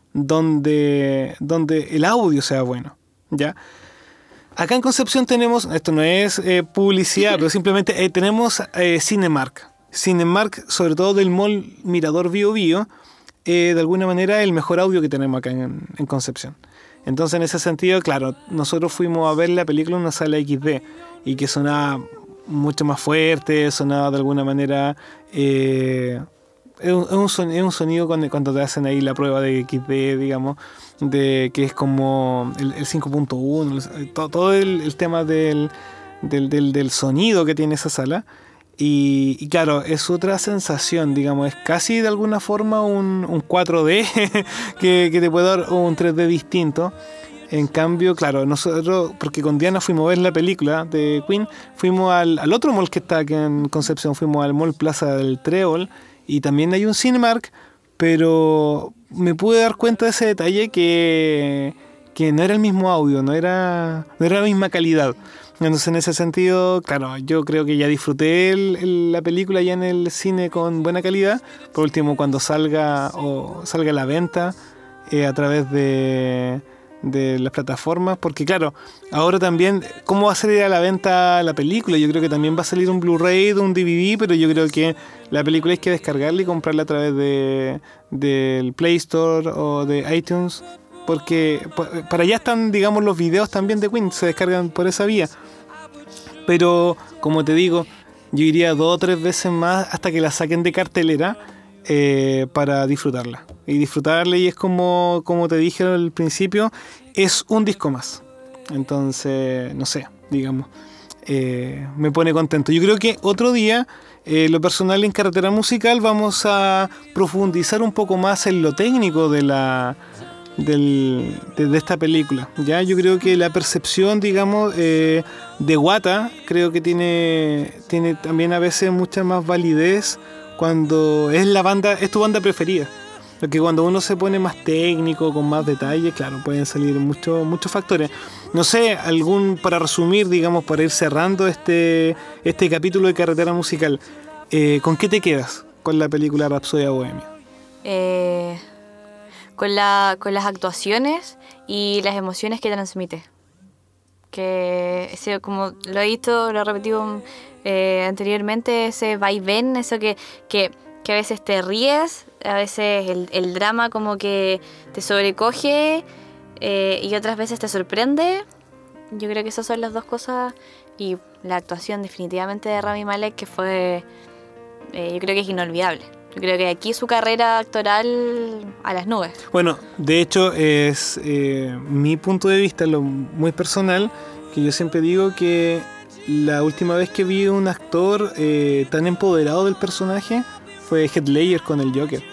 donde, donde el audio sea bueno, ¿ya? Acá en Concepción tenemos, esto no es eh, publicidad, pero simplemente eh, tenemos eh, Cinemark. Cinemark, sobre todo del mall Mirador Bio Bio, eh, de alguna manera el mejor audio que tenemos acá en, en Concepción. Entonces, en ese sentido, claro, nosotros fuimos a ver la película en una sala equis de y que sonaba mucho más fuerte, sonaba de alguna manera... Eh, es, un, es, un sonido, es un sonido cuando, cuando te hacen ahí la prueba de equis de, digamos, de que es como el, el cinco punto uno, todo, todo el, el tema del, del, del, del sonido que tiene esa sala. Y, y claro, es otra sensación, digamos, es casi de alguna forma un, un cuatro D que, que te puede dar un tres D distinto. En cambio, claro, nosotros, porque con Diana fuimos a ver la película de Queen, fuimos al, al otro mall que está aquí en Concepción, fuimos al Mall Plaza del Trébol, y también hay un Cinemark, pero me pude dar cuenta de ese detalle que, que no era el mismo audio, no era, no era la misma calidad. Entonces, en ese sentido, claro, yo creo que ya disfruté el, el, la película ya en el cine con buena calidad. Por último, cuando salga o salga a la venta eh, a través de, de las plataformas, porque claro, ahora también, ¿cómo va a salir a la venta la película? Yo creo que también va a salir un Blu-ray, un D V D, pero yo creo que la película hay que descargarla y comprarla a través de del Play Store o de iTunes, porque para allá están, digamos, los videos también de Queen, se descargan por esa vía. Pero, como te digo, yo iría dos o tres veces más hasta que la saquen de cartelera eh, para disfrutarla. Y disfrutarla, y es como, como te dije al principio, es un disco más. Entonces, no sé, digamos, eh, me pone contento. Yo creo que otro día, eh, lo personal en Carretera Musical, vamos a profundizar un poco más en lo técnico de la... Del, de, de esta película. Ya, yo creo que la percepción, digamos, eh, de Wata, creo que tiene, tiene también a veces mucha más validez cuando es la banda, es tu banda preferida. Porque cuando uno se pone más técnico, con más detalle, claro, pueden salir muchos muchos factores. No sé, algún, para resumir, digamos, para ir cerrando este, este capítulo de Carretera Musical, eh, ¿con qué te quedas? con la película Rapsodia Bohemia? Eh, con, la, con las actuaciones y las emociones que transmite. Que ese, como lo he visto, lo he repetido eh, anteriormente, ese vaivén, eso que, que, que a veces te ríes, a veces el, el drama como que te sobrecoge eh, y otras veces te sorprende. Yo creo que esas son las dos cosas. Y la actuación definitivamente de Rami Malek, que fue, eh, yo creo que es inolvidable. Yo creo que aquí su carrera actoral a las nubes. Bueno, de hecho es eh, mi punto de vista, lo muy personal, que yo siempre digo que la última vez que vi un actor eh, tan empoderado del personaje fue Heath Ledger con el Joker.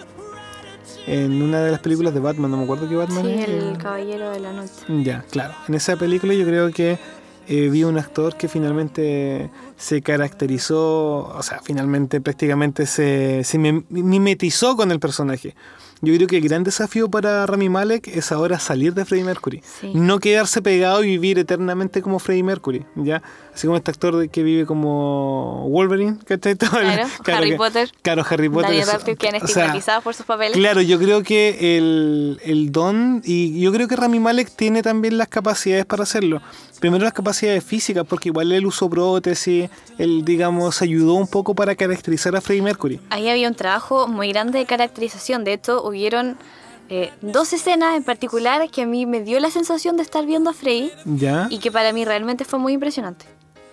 En una de las películas de Batman, no me acuerdo qué Batman Sí, es. el Caballero de la Noche. Ya, claro. En esa película yo creo que eh, vi un actor que finalmente se caracterizó, o sea, finalmente prácticamente se, se mimetizó con el personaje. Yo creo que el gran desafío para Rami Malek es ahora salir de Freddie Mercury. Sí. No quedarse pegado y vivir eternamente como Freddie Mercury, ¿ya? Así como este actor que vive como Wolverine, ¿cachai? Todo el- Claro, Harry que- Potter. Claro, Harry Potter. Daniel eso- Radcliffe, que han o sea, estigmatizado por sus papeles. Claro, yo creo que el, el don, y yo creo que Rami Malek tiene también las capacidades para hacerlo. Primero las capacidades físicas, porque igual él usó prótesis, él, digamos, ayudó un poco para caracterizar a Freddie Mercury. Ahí había un trabajo muy grande de caracterización. De hecho, hubieron eh, dos escenas en particular que a mí me dio la sensación de estar viendo a Freddie ¿Ya? y que para mí realmente fue muy impresionante.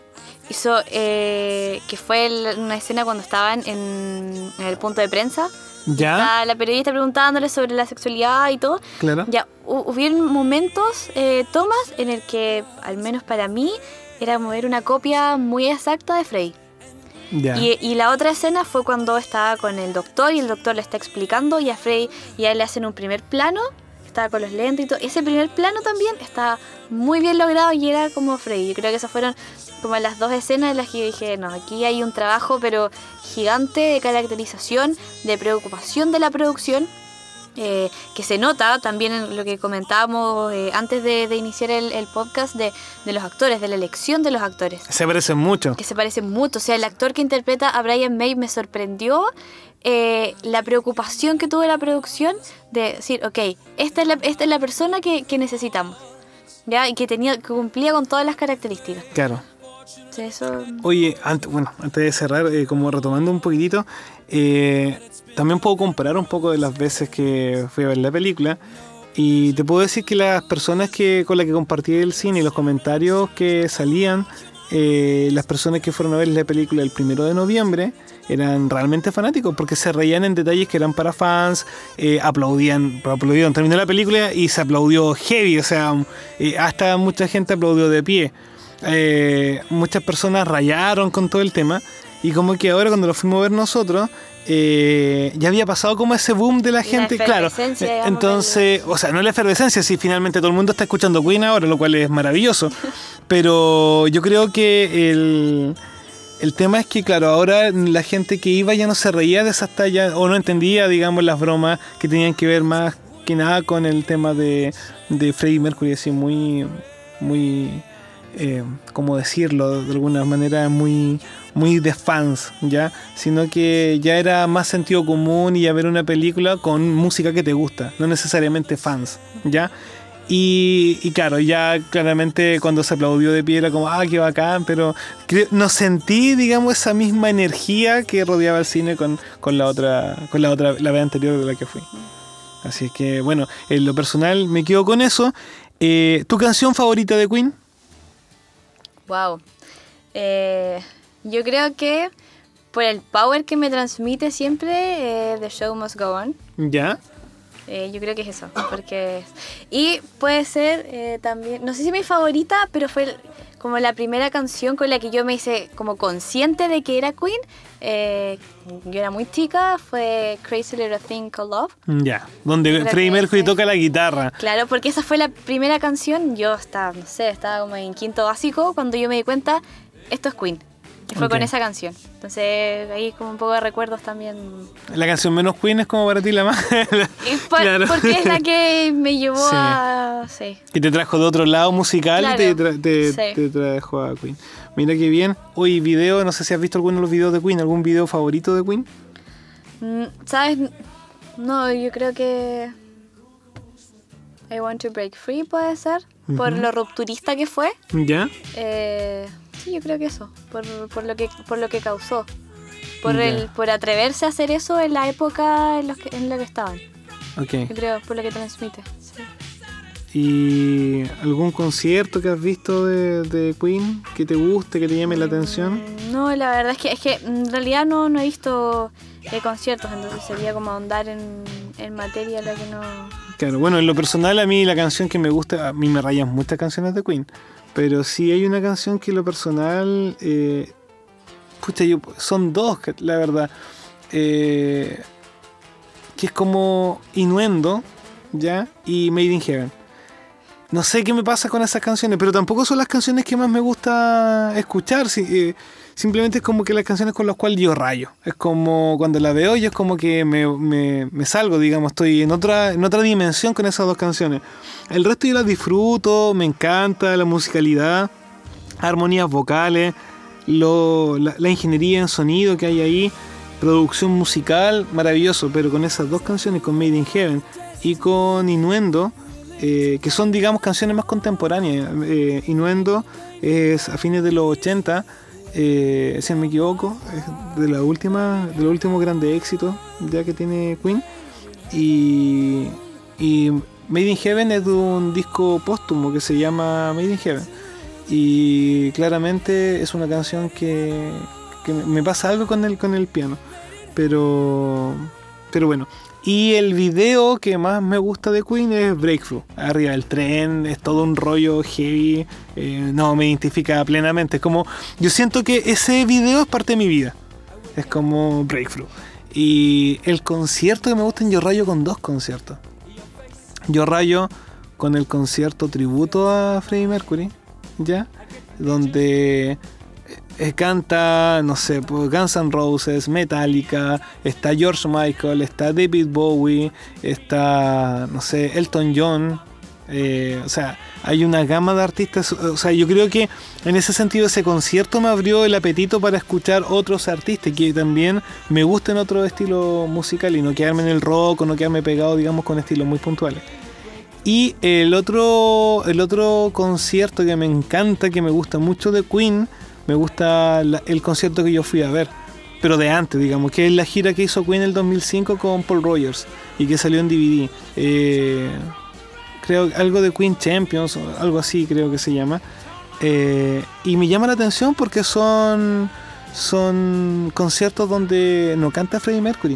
Hizo eh, que fue el- una escena cuando estaban en, en el punto de prensa. ¿Ya? Está la periodista preguntándole sobre la sexualidad y todo. Claro. Ya, hu- hubieron momentos, eh, tomas, en el que, al menos para mí, era como ver una copia muy exacta de Freddie. Ya. Y, y la otra escena fue cuando estaba con el doctor y el doctor le está explicando y a Freddie y a él le hacen un primer plano, estaba con los lentes y todo. Ese primer plano también estaba muy bien logrado y era como Freddie. Yo creo que esas fueron como las dos escenas en las que yo dije, no, aquí hay un trabajo pero gigante de caracterización, de preocupación de la producción. Eh, que se nota también en lo que comentábamos eh, antes de, de iniciar el, el podcast de, de los actores, de la elección de los actores, Se parecen mucho. que se parecen mucho. O sea, el actor que interpreta a Brian May me sorprendió eh, la preocupación que tuvo la producción de decir, ok, esta es la, esta es la persona que, que necesitamos, ¿ya? Y que, tenía, que cumplía con todas las características. Claro. O sea, eso... Oye, antes, bueno, antes de cerrar, eh, como retomando un poquitito, eh, también puedo comparar un poco de las veces que fui a ver la película y te puedo decir que las personas que con las que compartí el cine y los comentarios que salían, eh, las personas que fueron a ver la película el primero de noviembre eran realmente fanáticos porque se reían en detalles que eran para fans, eh, aplaudían, aplaudieron, terminó la película y se aplaudió heavy, o sea, eh, hasta mucha gente aplaudió de pie. Eh, muchas personas rayaron con todo el tema y como que ahora cuando lo fuimos a ver nosotros eh, ya había pasado como ese boom de la gente, claro, efervescencia, eh, digamos, entonces, o sea, no la efervescencia, si finalmente todo el mundo está escuchando Queen ahora, lo cual es maravilloso, pero yo creo que el, el tema es que claro, ahora la gente que iba ya no se reía de esas tallas o no entendía, digamos, las bromas que tenían que ver más que nada con el tema de, de Freddie Mercury, así muy, muy... Eh, ¿cómo decirlo? De alguna manera muy, muy de fans, ¿ya? Sino que ya era más sentido común y ya ver una película con música que te gusta, no necesariamente fans, ¿ya? Y, y claro, ya claramente cuando se aplaudió de pie era como, ah, qué bacán, pero creo, no sentí, digamos, esa misma energía que rodeaba el cine con, con la otra, con la otra, la vez anterior de la que fui. Así que, bueno, en lo personal me quedo con eso. Eh, ¿Tu canción favorita de Queen? Wow. Eh, yo creo que por el power que me transmite siempre, eh, The Show Must Go On. ¿Ya? Eh, yo creo que es eso. Porque y puede ser eh, también, no sé si mi favorita, pero fue el- como la primera canción con la que yo me hice como consciente de que era Queen. Eh, yo era muy chica, fue Crazy Little Thing Called Love. Ya, donde Creo Freddie que Mercury ese. toca la guitarra. Claro, porque esa fue la primera canción. Yo estaba, no sé, estaba como en quinto básico cuando yo me di cuenta, esto es Queen. Y fue Ok. con esa canción. Entonces ahí como un poco de recuerdos también. La canción menos Queen es como para ti la más. Y por- Claro. Porque es la que me llevó Sí. a... Sí. Que te trajo de otro lado musical y te, Claro, tra- te, sí. te trajo a Queen. Mira qué bien. Hoy video, no sé si has visto alguno de los videos de Queen, algún video favorito de Queen. Mm, ¿Sabes? No, yo creo que I Want to Break Free puede ser, uh-huh. por lo rupturista que fue. ¿Ya? Eh, sí, yo creo que eso, por, por, lo, que, por lo que causó. Por, el, por atreverse a hacer eso en la época en, los que, en la que estaban. Okay. Yo creo, por lo que transmite. Sí. ¿Y algún concierto que has visto de, de Queen que te guste, que te llame la atención? No, la verdad es que, es que en realidad no, no he visto eh, conciertos, entonces sería como ahondar en, en materia la que no... Claro, bueno, en lo personal a mí la canción que me gusta, a mí me rayan muchas canciones de Queen, pero sí hay una canción que en lo personal, eh, pucha, yo, son dos, la verdad, eh, que es como Innuendo, ¿ya? Y Made in Heaven. No sé qué me pasa con esas canciones, pero tampoco son las canciones que más me gusta escuchar. Sí, eh, simplemente es como que las canciones con las cuales yo rayo. Es como cuando la veo yo es como que me, me, me salgo, digamos, estoy en otra, en otra dimensión con esas dos canciones. El resto yo las disfruto, me encanta la musicalidad, armonías vocales, lo, la, la ingeniería en sonido que hay ahí, producción musical, maravilloso. Pero con esas dos canciones, con Made in Heaven y con Innuendo, Eh, que son, digamos, canciones más contemporáneas. eh, Innuendo es a fines de los ochenta, eh, si no me equivoco, es de la última, de los últimos grandes éxitos ya que tiene Queen, y, y Made in Heaven es de un disco póstumo que se llama Made in Heaven, y claramente es una canción que, que me pasa algo con el, con el piano, pero, pero bueno. Y el video que más me gusta de Queen es Breakthrough. Arriba del tren, es todo un rollo heavy. Eh, no, me identifica plenamente. Es como, yo siento que ese video es parte de mi vida. Es como Breakthrough. Y el concierto que me gusta, yo rayo con dos conciertos. Yo rayo con el concierto tributo a Freddie Mercury, ¿ya? Donde... Eh, canta, no sé, Guns N' Roses, Metallica, está George Michael, está David Bowie, está, no sé, Elton John, eh, o sea, hay una gama de artistas, o sea, yo creo que en ese sentido ese concierto me abrió el apetito para escuchar otros artistas que también me gusten otro estilo musical y no quedarme en el rock o no quedarme pegado, digamos, con estilos muy puntuales. Y el otro, el otro concierto que me encanta, que me gusta mucho de Queen, me gusta la, el concierto que yo fui a ver, pero de antes, digamos, que es la gira que hizo Queen en el dos mil cinco con Paul Rogers y que salió en D V D. Eh, creo algo de Queen Champions, o algo así creo que se llama. Eh, y me llama la atención porque son, son conciertos donde no canta Freddie Mercury,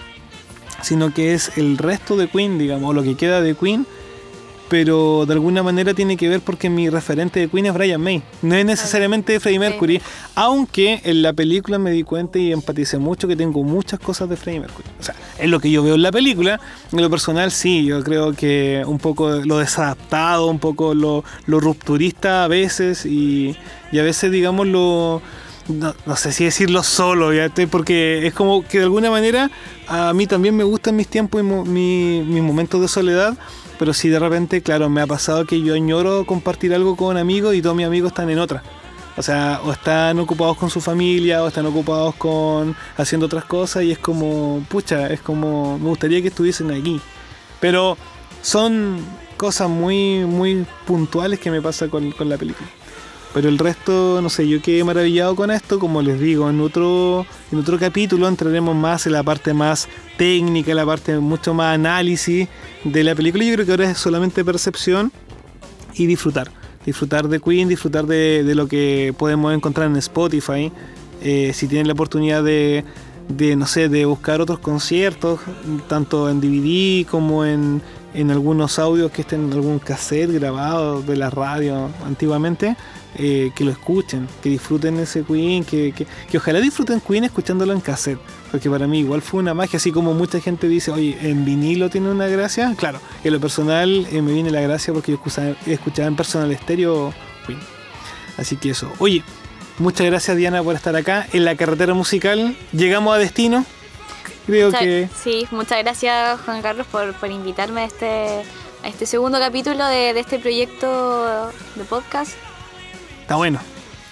sino que es el resto de Queen, digamos, o lo que queda de Queen. Pero de alguna manera tiene que ver porque mi referente de Queen es Brian May, no es necesariamente Freddie Mercury, aunque en la película me di cuenta y empaticé mucho que tengo muchas cosas de Freddie Mercury. O sea, es lo que yo veo en la película. En lo personal sí, yo creo que un poco lo desadaptado, un poco lo, lo rupturista a veces, y, y a veces, digamos, lo... No, no sé si decirlo solo, ¿ya? Porque es como que de alguna manera a mí también me gustan mis tiempos y mo, mi, mis momentos de soledad, pero si de repente, claro, me ha pasado que yo añoro compartir algo con amigos y todos mis amigos están en otra. O sea, o están ocupados con su familia, o están ocupados con haciendo otras cosas, y es como, pucha, es como, me gustaría que estuviesen aquí. Pero son cosas muy, muy puntuales que me pasa con, con la película. Pero el resto, no sé, yo quedé maravillado con esto. Como les digo, en otro, en otro capítulo entraremos más en la parte más técnica, en la parte mucho más análisis de la película. Yo creo que ahora es solamente percepción y disfrutar. Disfrutar de Queen, disfrutar de, de lo que podemos encontrar en Spotify. Eh, si tienen la oportunidad de, de, no sé, de buscar otros conciertos, tanto en D V D como en, en algunos audios que estén en algún cassette grabado de la radio antiguamente. Eh, que lo escuchen, que disfruten ese Queen, que, que, que ojalá disfruten Queen escuchándolo en cassette, porque para mí igual fue una magia, así como mucha gente dice, oye, en vinilo tiene una gracia. Claro, en lo personal eh, me viene la gracia porque yo escuchaba, escuchaba en personal estéreo Queen. Así que eso. Oye, muchas gracias, Diana, por estar acá en la carretera musical. Llegamos a destino. Creo muchas, que... Sí, muchas gracias, Juan Carlos, por, por invitarme a este, a este segundo capítulo de, de este proyecto de podcast. Está bueno.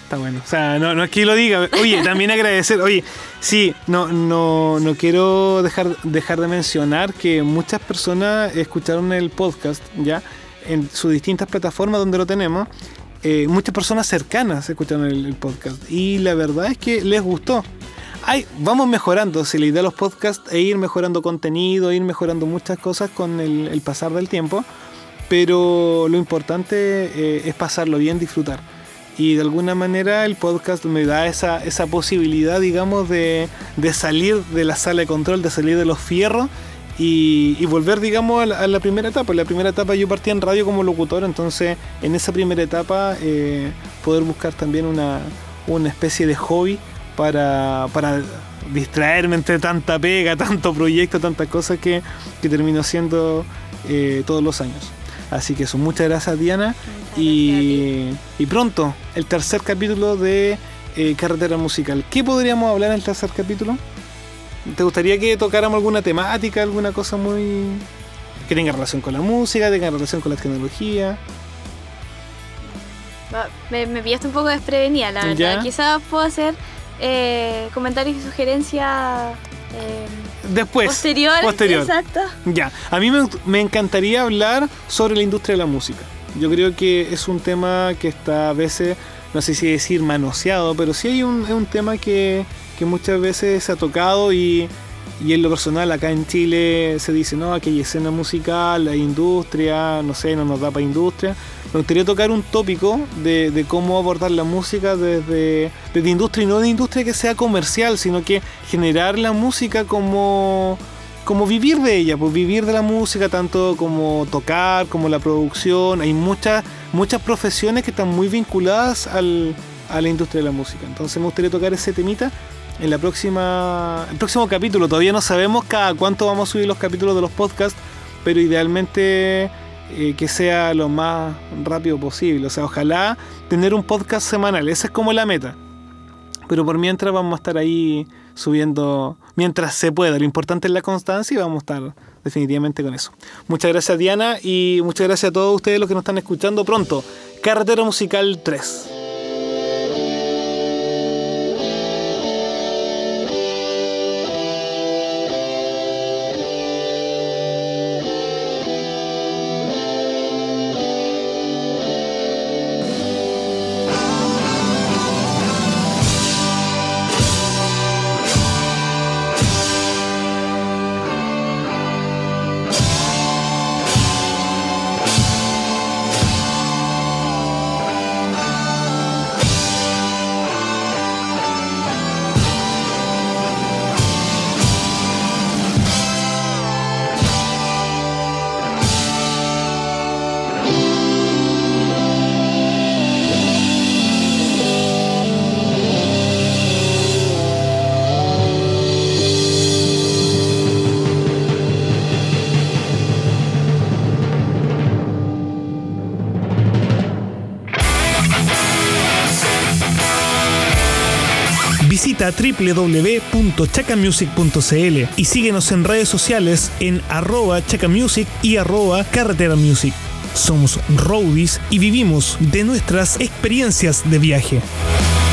Está bueno. O sea, no, no es que lo diga. Oye, también agradecer. Oye, sí, no, no, no quiero dejar, dejar de mencionar que muchas personas escucharon el podcast, ¿ya? En sus distintas plataformas donde lo tenemos. Eh, muchas personas cercanas escucharon el, el podcast. Y la verdad es que les gustó. Ay, vamos mejorando. Si la idea de los podcasts es ir mejorando contenido, ir mejorando muchas cosas con el, el pasar del tiempo. Pero lo importante eh, es pasarlo bien, disfrutar. Y de alguna manera el podcast me da esa, esa posibilidad, digamos, de, de salir de la sala de control, de salir de los fierros y, y volver, digamos, a la, a la primera etapa. En la primera etapa yo partí en radio como locutor, entonces en esa primera etapa eh, poder buscar también una, una especie de hobby para, para distraerme entre tanta pega, tanto proyecto, tantas cosas que, que termino haciendo eh, todos los años. Así que eso, muchas gracias, Diana. Muchas y, gracias y pronto, el tercer capítulo de eh, Carretera Musical. ¿Qué podríamos hablar en el tercer capítulo? ¿Te gustaría que tocáramos alguna temática, alguna cosa muy... que tenga relación con la música, tenga relación con la tecnología? Me, me pillaste un poco desprevenida, la verdad. ¿Ya? Quizás puedo hacer eh, comentarios y sugerencias... Eh, Después, posterior, posterior. Exacto. Ya, a mí me, me encantaría hablar sobre la industria de la música. Yo creo que es un tema que está a veces, no sé si decir manoseado, pero sí hay un, es un tema que, que muchas veces se ha tocado y, y en lo personal acá en Chile se dice, no, aquí hay escena musical, hay industria, no sé, no nos da para industria. Me gustaría tocar un tópico de, de cómo abordar la música desde, desde industria, y no de industria que sea comercial, sino que generar la música como, como vivir de ella, pues vivir de la música, tanto como tocar, como la producción. Hay muchas, muchas profesiones que están muy vinculadas al, a la industria de la música. Entonces me gustaría tocar ese temita en la próxima, el próximo capítulo. Todavía no sabemos cada cuánto vamos a subir los capítulos de los podcasts, pero idealmente... Eh, que sea lo más rápido posible. O sea, ojalá tener un podcast semanal. Esa es como la meta. Pero por mientras vamos a estar ahí subiendo mientras se pueda. Lo importante es la constancia y vamos a estar definitivamente con eso. Muchas gracias, Diana, y muchas gracias a todos ustedes los que nos están escuchando. Pronto, Carretera Musical tres. Visita doble u doble u doble u punto chaca music punto c l y síguenos en redes sociales en arroba chacamusic y arroba carretera music. Somos roadies y vivimos de nuestras experiencias de viaje.